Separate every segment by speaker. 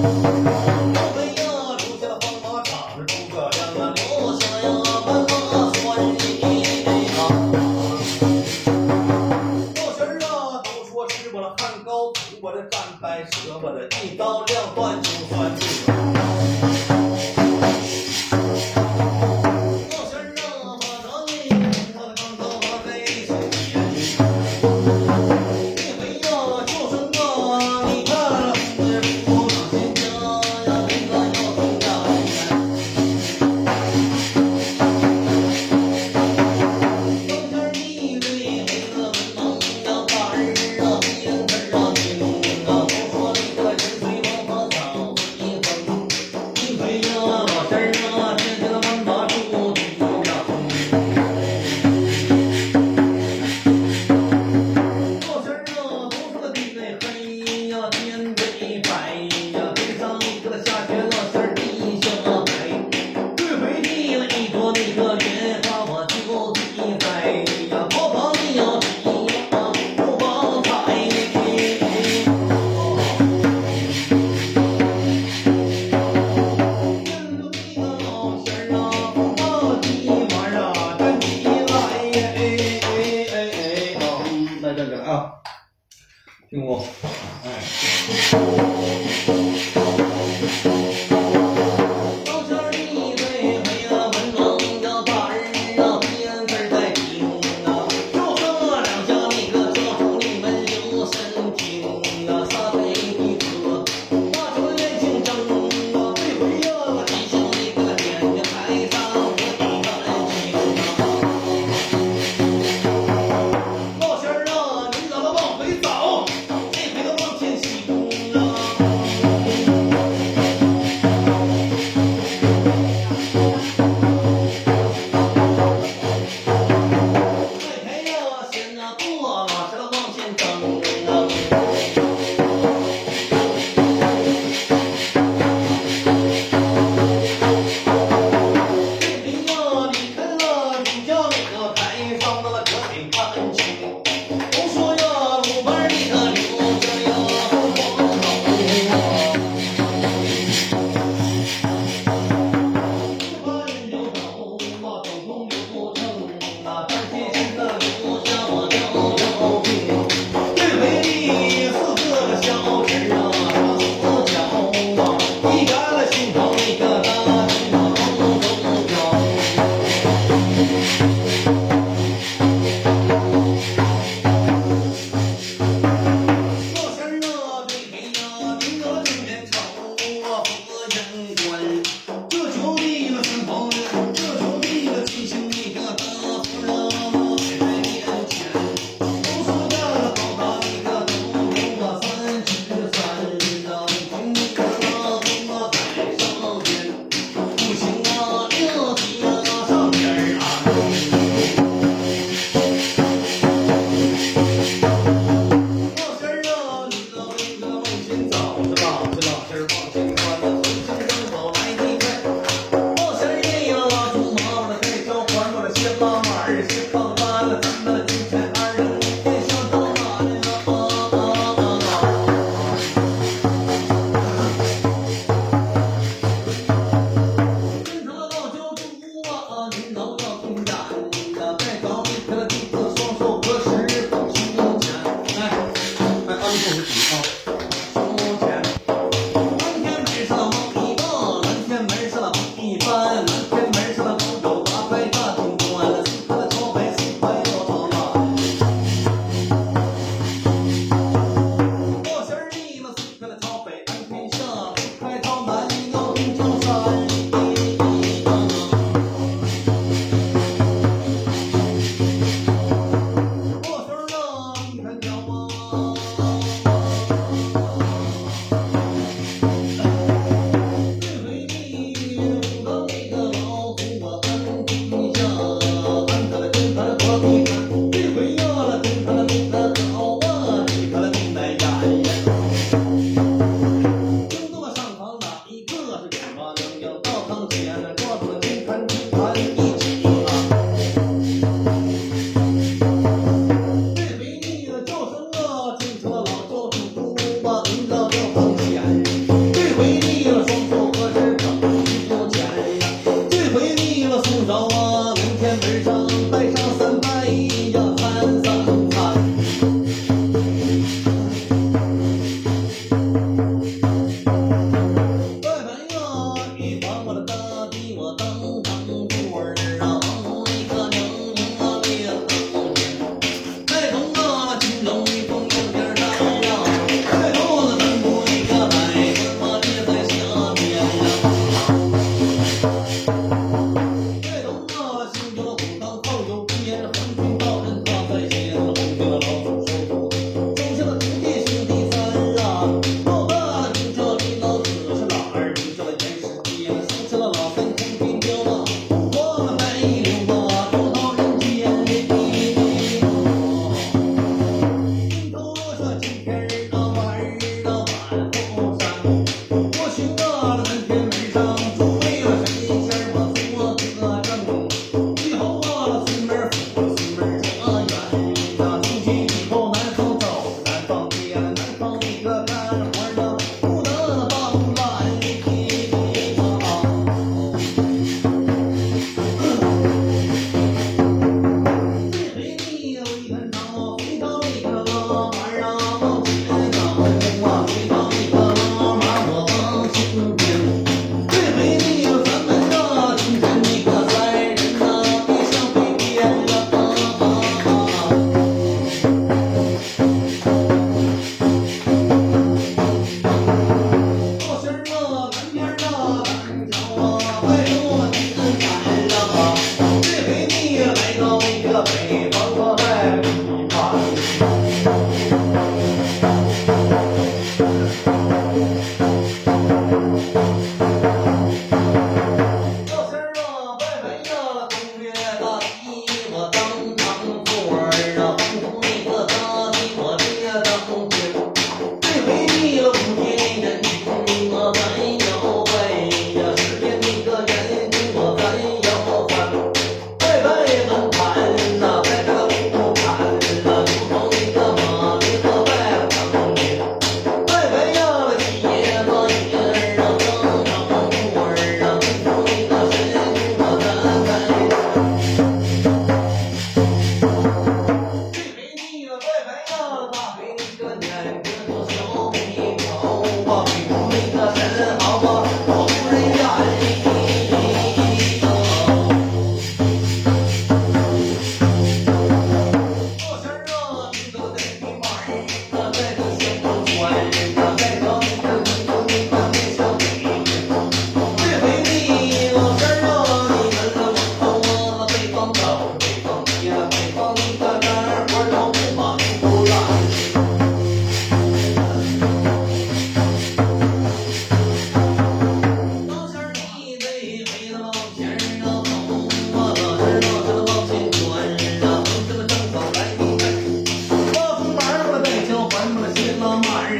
Speaker 1: 听过，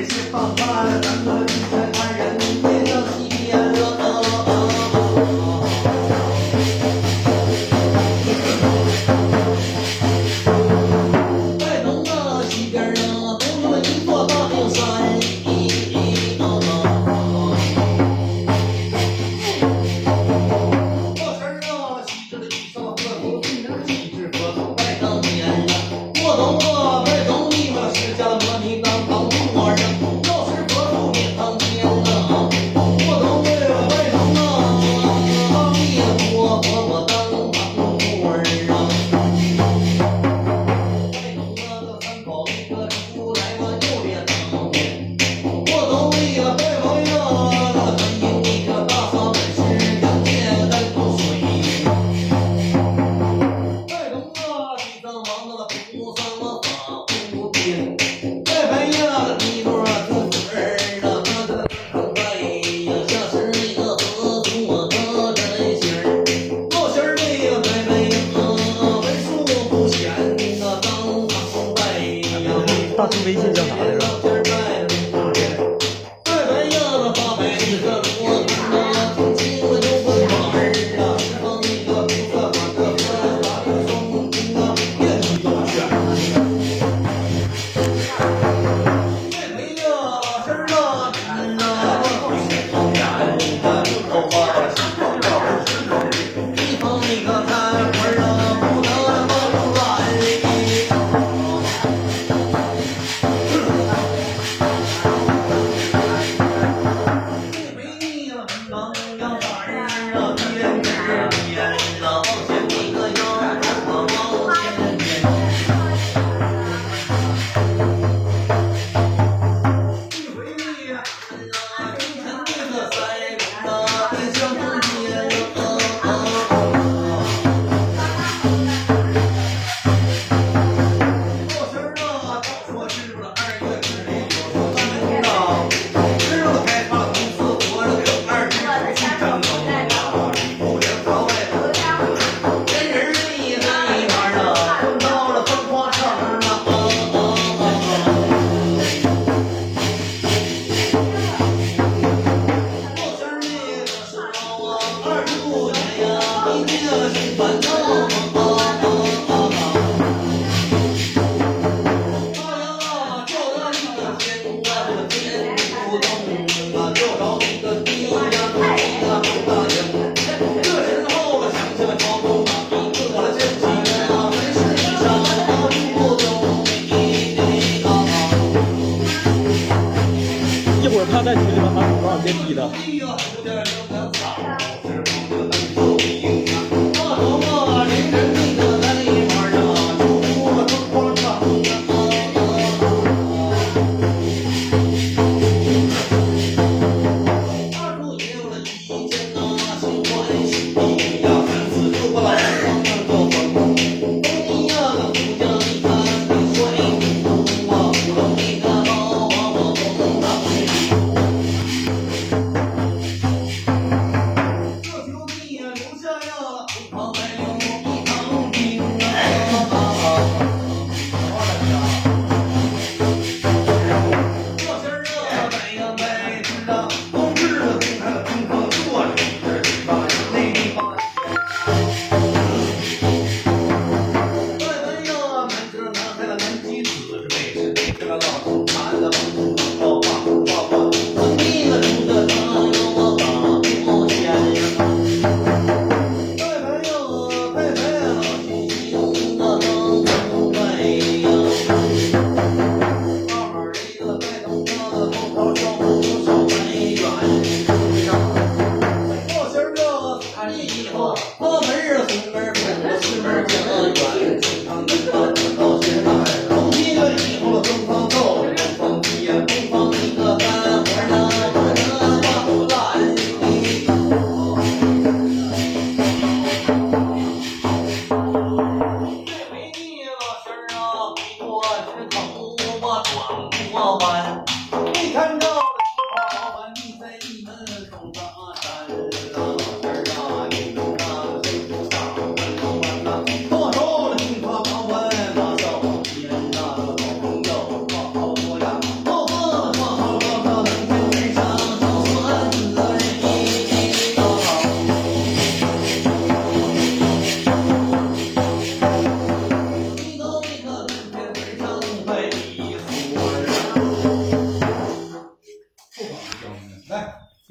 Speaker 2: 大叔微信叫啥来着？一会儿他再出去把口罩别踢他。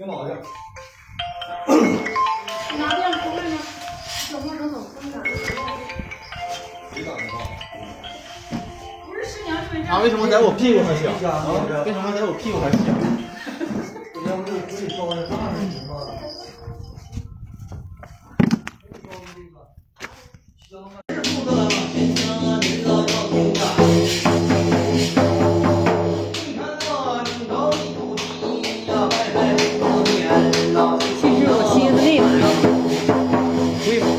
Speaker 1: 挺好的。
Speaker 3: 拿电出来呢？怎么能走分呢？
Speaker 1: 谁打电话？
Speaker 3: 不是师娘就是这样。
Speaker 2: 他为什么在我屁股上响？为什么在我屁股上响？
Speaker 1: 要不就可以招人大人行吗？
Speaker 3: 其实我歇的累了。
Speaker 2: 对吗？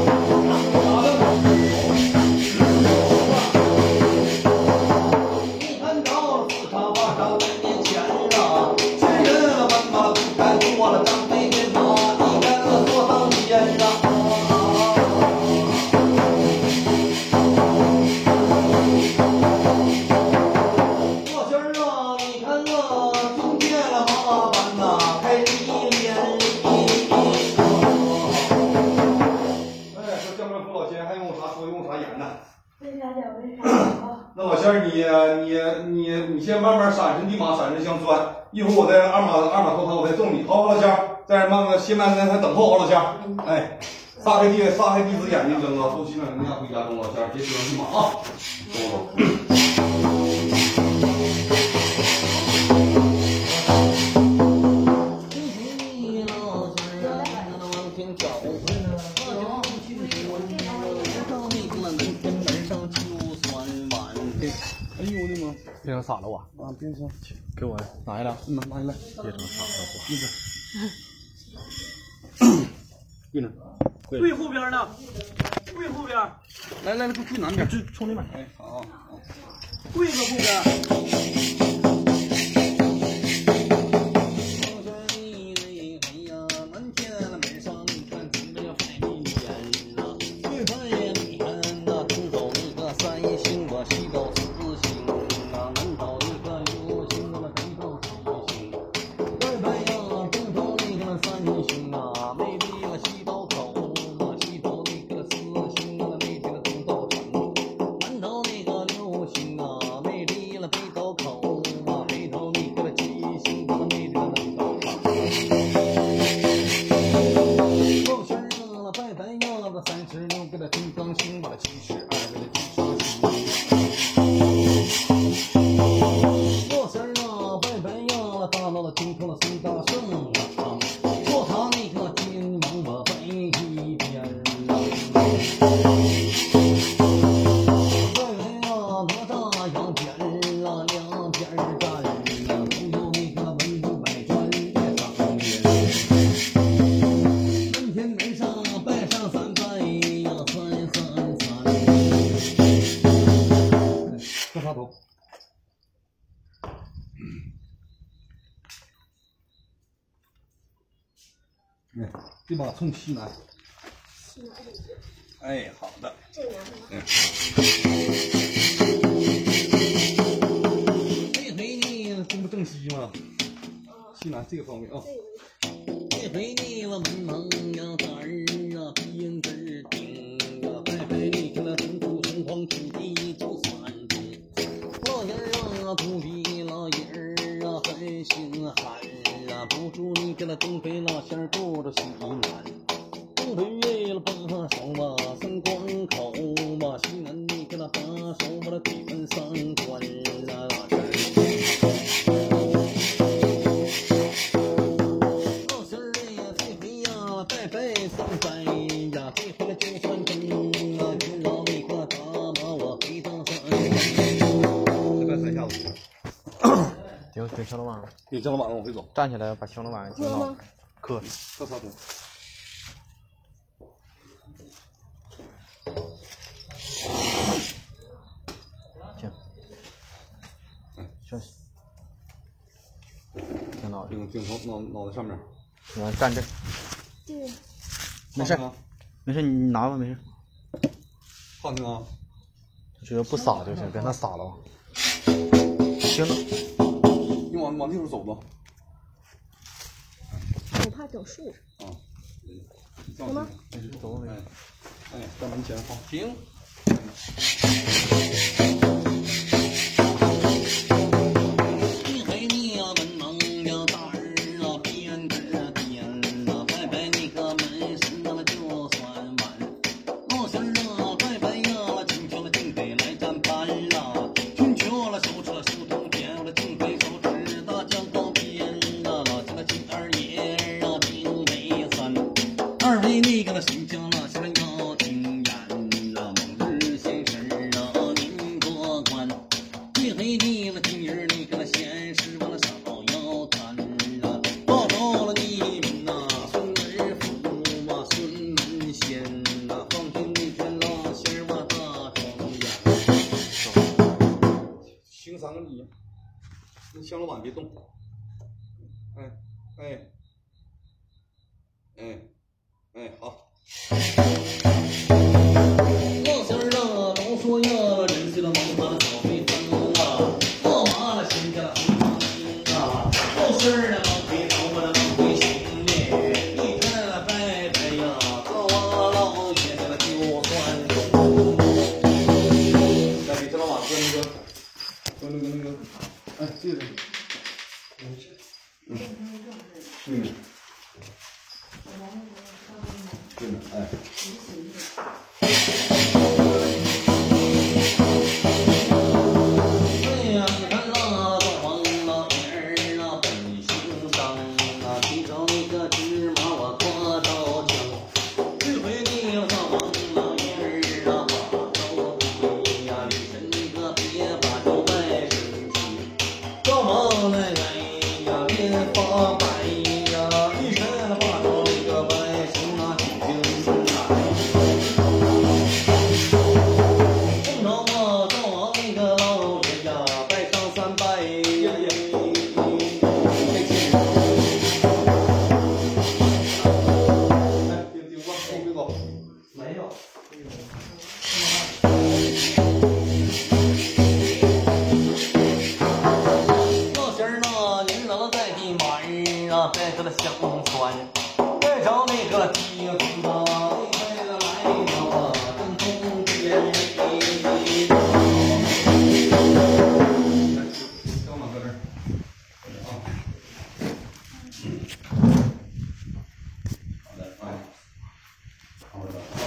Speaker 1: 那老仙儿，你先慢慢闪身，立马闪身向钻。一会儿我再二马投我再揍你，好不好，老仙儿？在这先慢在等候，老仙儿。哎，撒开弟子眼睛睁啊，都基本上回家中，老仙儿别折腾马啊，走走。
Speaker 2: 哎呦我的妈！变成傻了我啊！变成给我拿下来，拿下来，别整傻了我。跪着，跪后边呢，跪后边。来，跪南边，就冲那边。哎，好，跪着后边。对吧？冲西南。哎，好的。这个这回呢，这不正西吗？西南这个方面啊。这回呢，我们忙呀，胆儿啊，鞭子顶啊，拜拜你看那东土城隍土地就三中，老爷儿啊，土地老爷儿啊，很姓韩啊，不住你跟那东北老仙儿住着西南。东北了把手吧，三关口吧，西南你跟那把手把那地分三关啊，老仙儿呀，这回呀，拜拜三拜呀，这回了就算真啊，就让你个打把我回到山。再来三下子。 顶小老板，
Speaker 1: 顶小老板往回走，
Speaker 2: 站起来把小老板顶到磕
Speaker 1: 这啥东西？
Speaker 2: 行，行，挺好的。
Speaker 1: 顶头脑袋上面。
Speaker 2: 我站这。
Speaker 3: 对。
Speaker 2: 没事，没事，你拿吧，没事。
Speaker 1: 放听啊。
Speaker 2: 只要不撒就行，别那撒了。行了。
Speaker 1: 你往那头走吧。
Speaker 3: 我怕整树上。
Speaker 1: 啊。
Speaker 3: 行吗？
Speaker 2: 没事，走吧，没事。
Speaker 1: 哎，在门前好。
Speaker 2: 停。一回你呀，文盲呀，大儿啊，变好。老仙儿啊，都说呀，人去了忙完了早回分啊，过完了心去了红长心啊，老仙儿呢忙回头我的忙回心嘞，你看了拜拜呀，早啊老爷子了就算中。
Speaker 1: 来给这老马搁那个，哎，这个，对呢，哎。
Speaker 2: 哎呀，你看那大王老爷儿啊，本性当啊，提着那个芝麻我挂到墙，这回你要大王老爷儿啊，把头低呀，你身个别把头歪身去，大王那哎呀，脸发白呀，一身把头那个白身啊，挺挺来。碰着我大王那个老爷呀，拜上3拜呀呀！
Speaker 1: 哎，顶吧，顶高。
Speaker 2: 没有。老仙儿呢，您老在的马儿啊，带着了香川，带着那个金子啊，带着来了正中间。
Speaker 1: 小马搁这儿。啊。好的，哎。好的啊。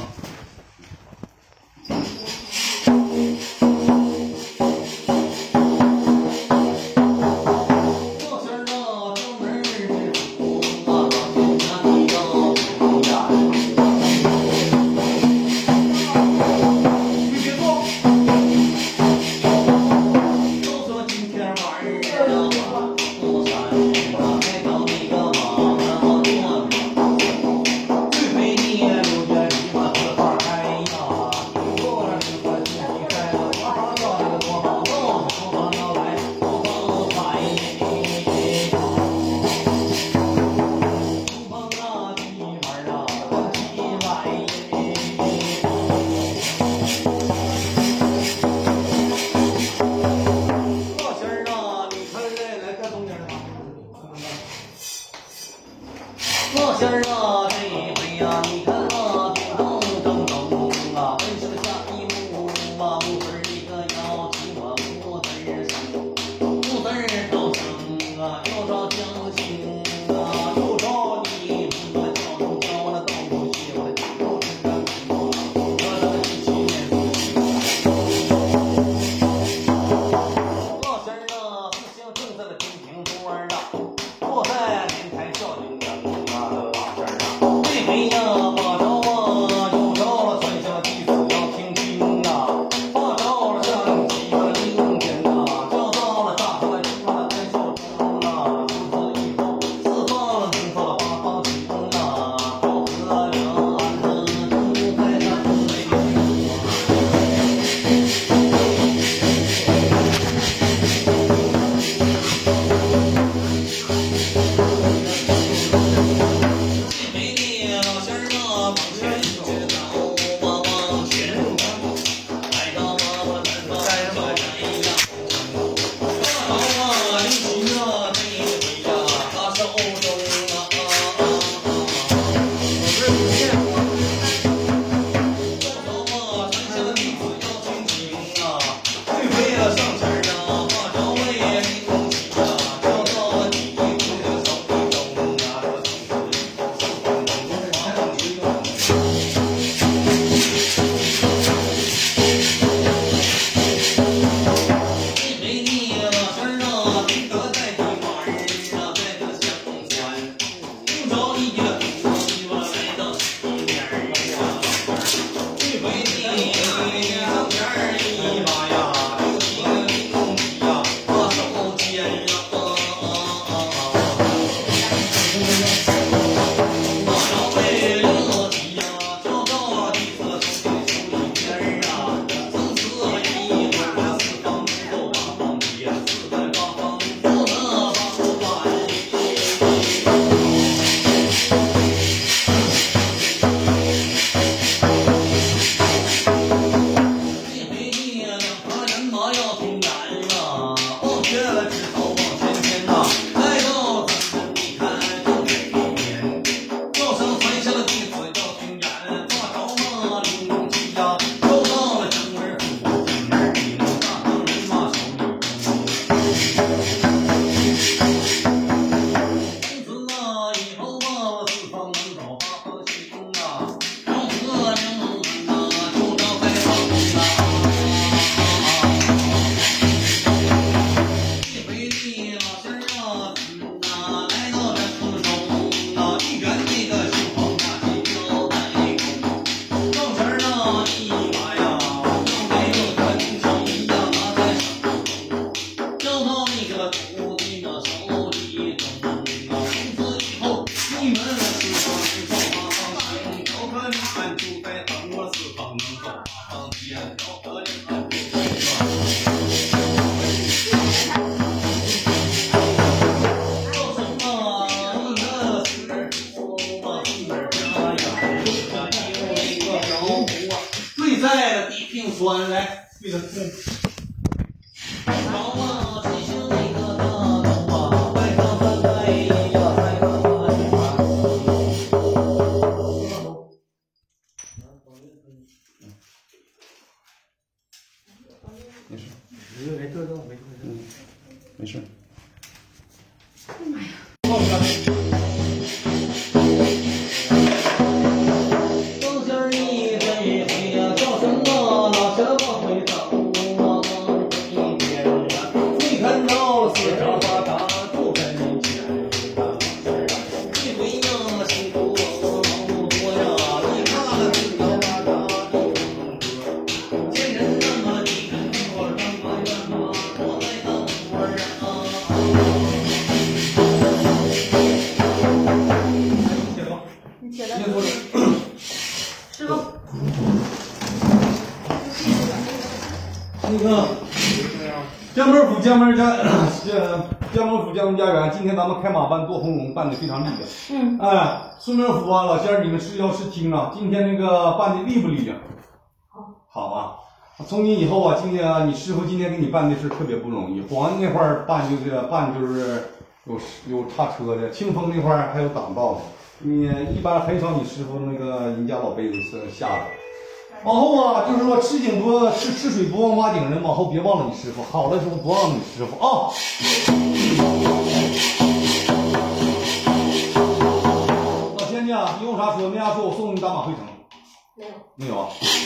Speaker 2: 老仙儿啊，专门是主啊，给他提到不呀。
Speaker 1: 你别动。
Speaker 2: 都说今天晚儿啊，我山啊，开到那个马上转，最美的六月里马四花开呀，过了这个季节开了，花要那个多棒棒，多棒要来多棒来，多棒啊地盘啊站起来。老仙儿啊，你看来搁中间吧。老仙儿啊，这回呀，你看啊，叮当正正啊，本是下一幕啊，木子儿一个要提我木子儿生，木子儿高升啊，要着将星啊，又着你我的叫中叫我的道路西，我的脚头真干我这一起年老仙儿啊，四星正在了天平桌儿啊，坐在莲台笑盈盈啊，老仙儿啊，这回呀，把着啊，又着了传下弟子要听经啊，把着了上几个灵天呐，叫到了大河一把单笑中啊，不酸来，对着高啊，提醒那个大头啊，拜上三拜呀，拜上三拜。
Speaker 1: 没事，没事。
Speaker 3: 哎呀妈呀！
Speaker 2: 当心你这回呀，叫什么？老前往回走啊，一边啊，你看到四张八张就在你前啊，一回呀辛苦劳多呀，你看四张八张的前人那么几根多什么呀嘛，我在等会儿啊。
Speaker 3: 你起来，
Speaker 1: 先坐着。
Speaker 3: 师傅。
Speaker 1: 那个江门府江门家园，今天咱们开马办剁红龙办的非常厉害。
Speaker 3: 嗯。
Speaker 1: 哎，顺门府啊，老仙儿，你们是要是听啊，今天那个办的厉不厉害？好啊。从今以后啊，今天啊，你师傅今天给你办的事特别不容易。黄那块儿办就是有叉车的，清风那块儿还有挡道的。你一般很少你师傅那个人家老辈子是下来。往后啊，就是说吃水不忘挖井人，往后别忘了你师傅，好的时候不忘了你师傅啊。老仙家，你用啥说？那家说我送你打马会城。
Speaker 3: 没有。
Speaker 1: 没有啊。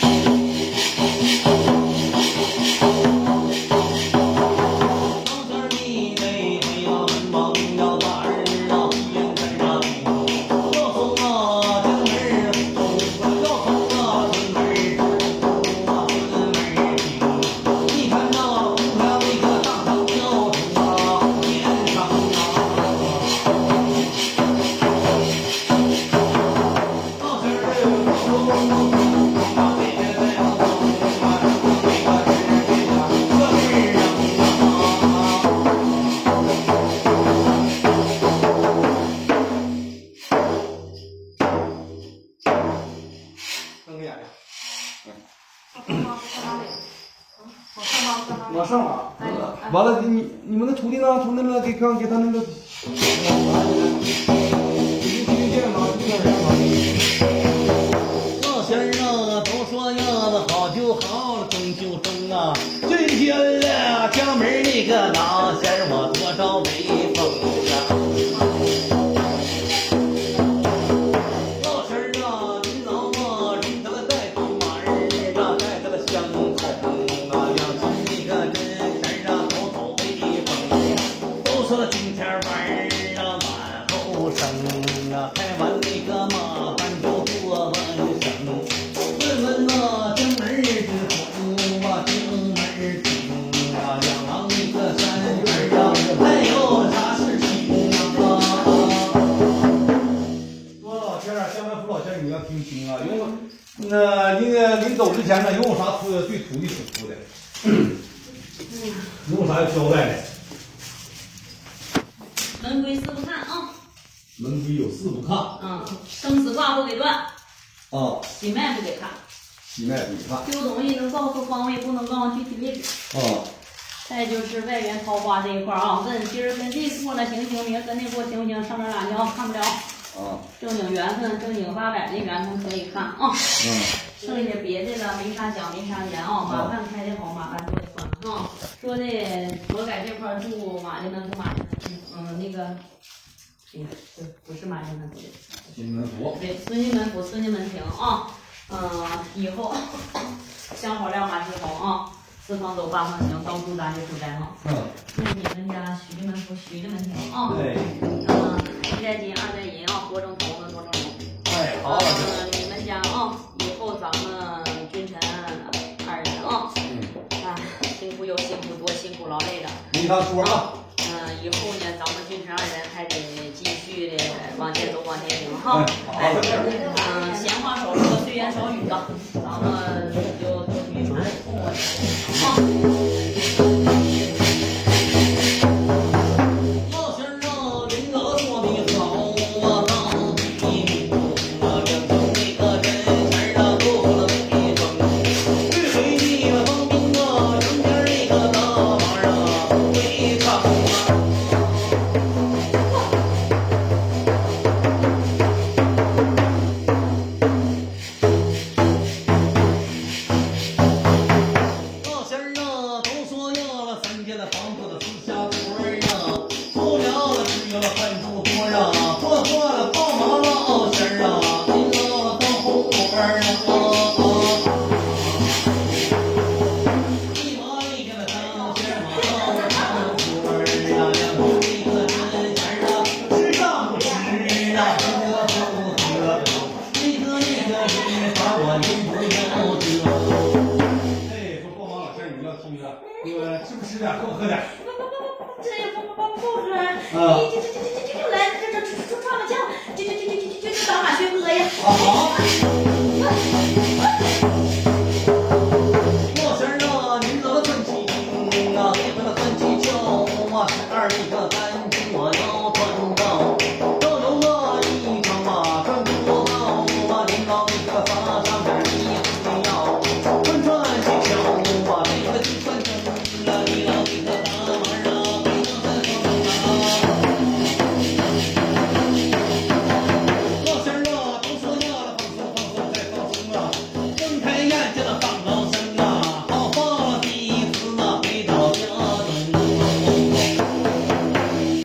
Speaker 1: 往上啊！完了，你们的徒弟呢？从那个给他那个。
Speaker 2: 老仙儿啊，都说呀，好就好了，争就争啊！最近了江门那个老仙儿，我多少威风啊！老仙儿啊，您老嘛，人他个带头马儿啊，带他个相口啊，两只那个真仙儿啊，头头威风，都说今天玩儿啊，满后生啊，开完那个马班就过完生。问问那江门之口啊，京门厅啊，两郎那个三院啊，还有啥事情啊？
Speaker 1: 说老仙儿，江门府老仙儿，你要听清啊，那临走之前呢，有啥对徒弟嘱咐的？有啥要交代的？
Speaker 3: 门规四不看啊。
Speaker 1: 门规有四不看。
Speaker 3: 生死卦不给断。
Speaker 1: 啊。
Speaker 3: 喜脉不给看。
Speaker 1: 喜脉不给看。
Speaker 3: 丢东西能告诉方位，不能告诉具体位置。再就是外缘桃花这一块啊，问今儿跟这过了行不行？明儿跟那过行不行？上面哪条看不了。正经缘分，正经八百的缘分可以看啊。剩下别的了，没啥讲，没啥言啊。马办开的好，马办做的算啊。说的魔改这块住马家门不马家门，那个，哎呀，这不是马家门，
Speaker 1: 金门府。
Speaker 3: 对，孙家门府，孙家门庭啊。以后香火亮马之后啊，四方走八方行，到处咱就住宅嘛。那你们家徐家门府，徐家门庭啊。
Speaker 1: 对。
Speaker 3: 一代金，二代银啊，多正头子，多正龙。
Speaker 1: 哎，好。
Speaker 3: 你们家啊，以后咱们君臣二人啊，辛苦有辛苦多，辛苦劳累的。
Speaker 1: 没啥说了。
Speaker 3: 以后呢，咱们君臣二人还得继续的往前走，往前行哈。闲话少说，碎言少语吧，咱们就与传过
Speaker 2: 老仙儿啊，人哥说的好啊，到底啊，两头那个真仙儿啊，够了威风。这回你了饭主桌啊，破了泡毛老仙儿啊，那个当红花儿啊。
Speaker 1: 吃不吃点，喝不喝点？
Speaker 3: 这不喝，来，这唱个腔，就当马学歌呀。
Speaker 2: 啊好。